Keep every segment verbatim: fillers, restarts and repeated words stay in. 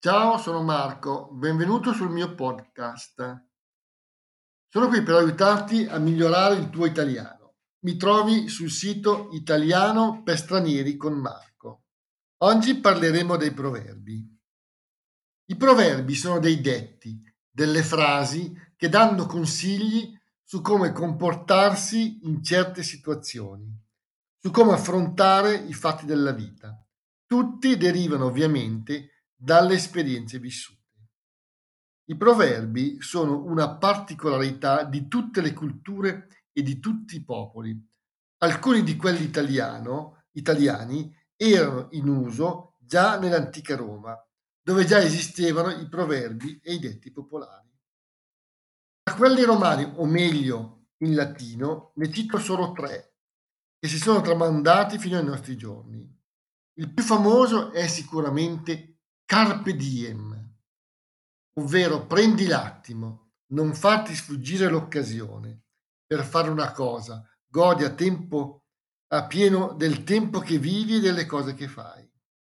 Ciao, sono Marco, benvenuto sul mio podcast. Sono qui per aiutarti a migliorare il tuo italiano. Mi trovi sul sito Italiano per stranieri con Marco. Oggi parleremo dei proverbi. I proverbi sono dei detti, delle frasi che danno consigli su come comportarsi in certe situazioni, su come affrontare i fatti della vita. Tutti derivano ovviamente dalle esperienze vissute. I proverbi sono una particolarità di tutte le culture e di tutti i popoli. Alcuni di quelli italiano, italiani erano in uso già nell'antica Roma, dove già esistevano i proverbi e i detti popolari. Tra quelli romani, o meglio in latino, ne cito solo tre, che si sono tramandati fino ai nostri giorni. Il più famoso è sicuramente Carpe diem, ovvero prendi l'attimo, non farti sfuggire l'occasione per fare una cosa, godi a tempo a pieno del tempo che vivi e delle cose che fai.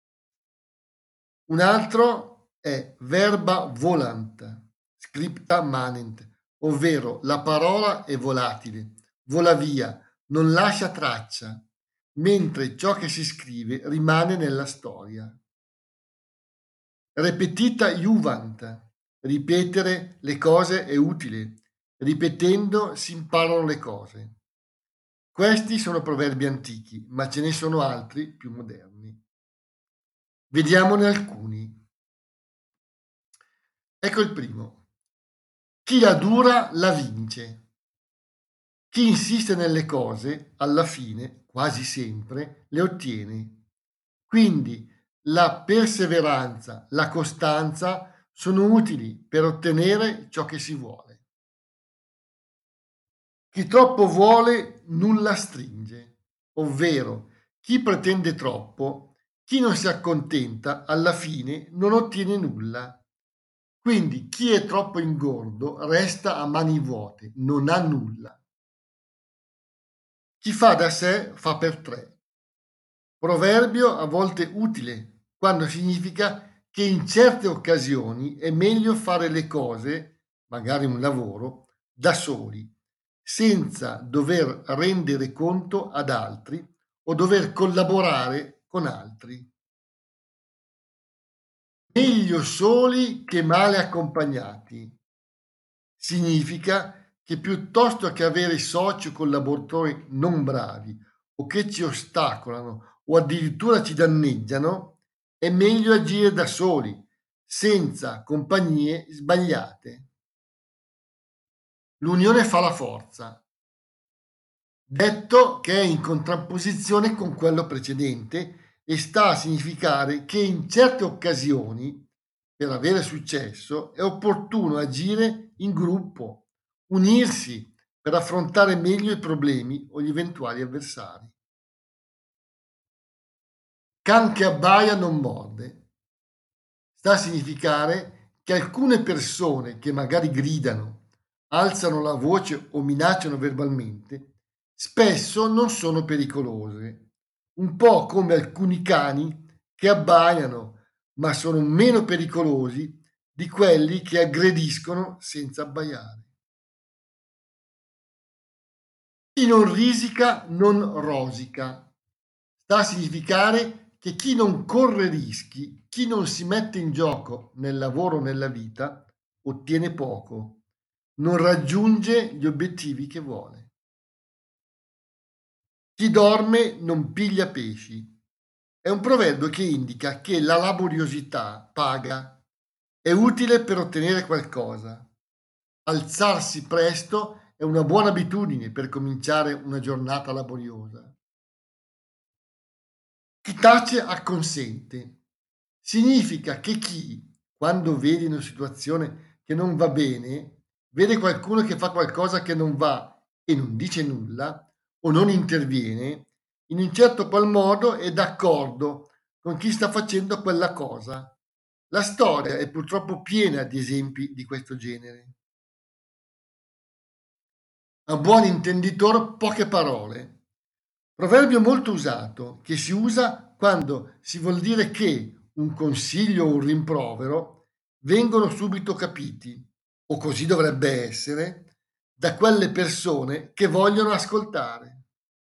Un altro è verba volant, scripta manent, ovvero la parola è volatile, vola via, non lascia traccia, mentre ciò che si scrive rimane nella storia. Repetita iuvant, ripetere le cose è utile, ripetendo si imparano le cose. Questi sono proverbi antichi, ma ce ne sono altri più moderni. Vediamone alcuni. Ecco il primo. Chi la dura la vince. Chi insiste nelle cose, alla fine, quasi sempre, le ottiene. Quindi la perseveranza, la costanza sono utili per ottenere ciò che si vuole. Chi troppo vuole nulla stringe, ovvero chi pretende troppo, chi non si accontenta, alla fine non ottiene nulla. Quindi chi è troppo ingordo resta a mani vuote, non ha nulla. Chi fa da sé fa per tre. Proverbio a volte utile, quando significa che in certe occasioni è meglio fare le cose, magari un lavoro, da soli, senza dover rendere conto ad altri o dover collaborare con altri. Meglio soli che male accompagnati. Significa che piuttosto che avere soci o collaboratori non bravi o che ci ostacolano o addirittura ci danneggiano, è meglio agire da soli, senza compagnie sbagliate. L'unione fa la forza, detto che è in contrapposizione con quello precedente e sta a significare che in certe occasioni, per avere successo, è opportuno agire in gruppo, unirsi per affrontare meglio i problemi o gli eventuali avversari. Can che abbaia non morde. Sta a significare che alcune persone che magari gridano, alzano la voce o minacciano verbalmente, spesso non sono pericolose, un po' come alcuni cani che abbaiano, ma sono meno pericolosi di quelli che aggrediscono senza abbaiare. Chi non risica non rosica. Sta a significare che chi non corre rischi, chi non si mette in gioco nel lavoro o nella vita, ottiene poco, non raggiunge gli obiettivi che vuole. Chi dorme non piglia pesci. È un proverbio che indica che la laboriosità paga, è utile per ottenere qualcosa. Alzarsi presto è una buona abitudine per cominciare una giornata laboriosa. Chi tace acconsente. Significa che chi, quando vede una situazione che non va bene, vede qualcuno che fa qualcosa che non va e non dice nulla o non interviene, in un certo qual modo è d'accordo con chi sta facendo quella cosa. La storia è purtroppo piena di esempi di questo genere. A buon intenditor poche parole. Proverbio molto usato, che si usa quando si vuol dire che un consiglio o un rimprovero vengono subito capiti, o così dovrebbe essere, da quelle persone che vogliono ascoltare.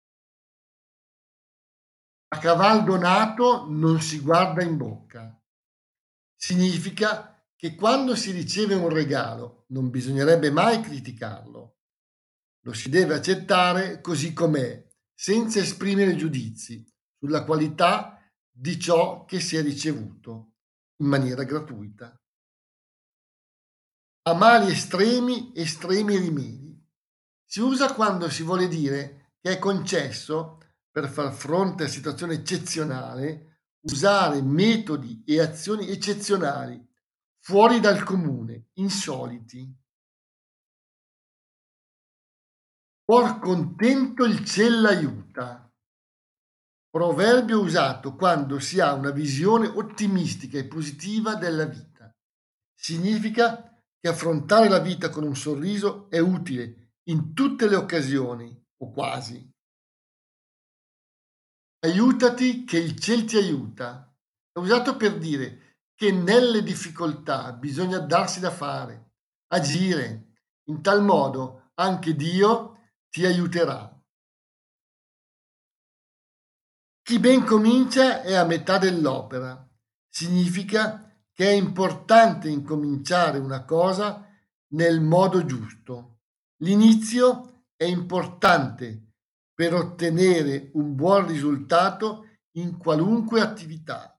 A caval donato non si guarda in bocca. Significa che quando si riceve un regalo non bisognerebbe mai criticarlo. Lo si deve accettare così com'è, senza esprimere giudizi sulla qualità di ciò che si è ricevuto in maniera gratuita. A mali estremi, estremi rimedi. Si usa quando si vuole dire che è concesso, per far fronte a situazioni eccezionali, usare metodi e azioni eccezionali, fuori dal comune, insoliti. Cuor contento il ciel l'aiuta. Proverbio usato quando si ha una visione ottimistica e positiva della vita. Significa che affrontare la vita con un sorriso è utile in tutte le occasioni, o quasi. Aiutati che il ciel ti aiuta. È usato per dire che nelle difficoltà bisogna darsi da fare, agire. In tal modo anche Dio ti aiuterà. Chi ben comincia è a metà dell'opera. Significa che è importante incominciare una cosa nel modo giusto. L'inizio è importante per ottenere un buon risultato in qualunque attività.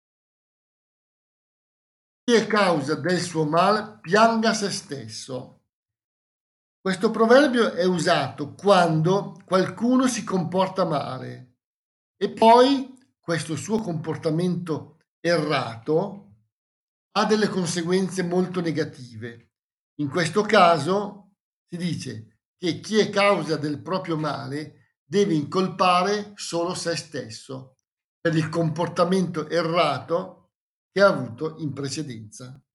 Chi è causa del suo mal pianga se stesso. Questo proverbio è usato quando qualcuno si comporta male e poi questo suo comportamento errato ha delle conseguenze molto negative. In questo caso si dice che chi è causa del proprio male deve incolpare solo se stesso per il comportamento errato che ha avuto in precedenza.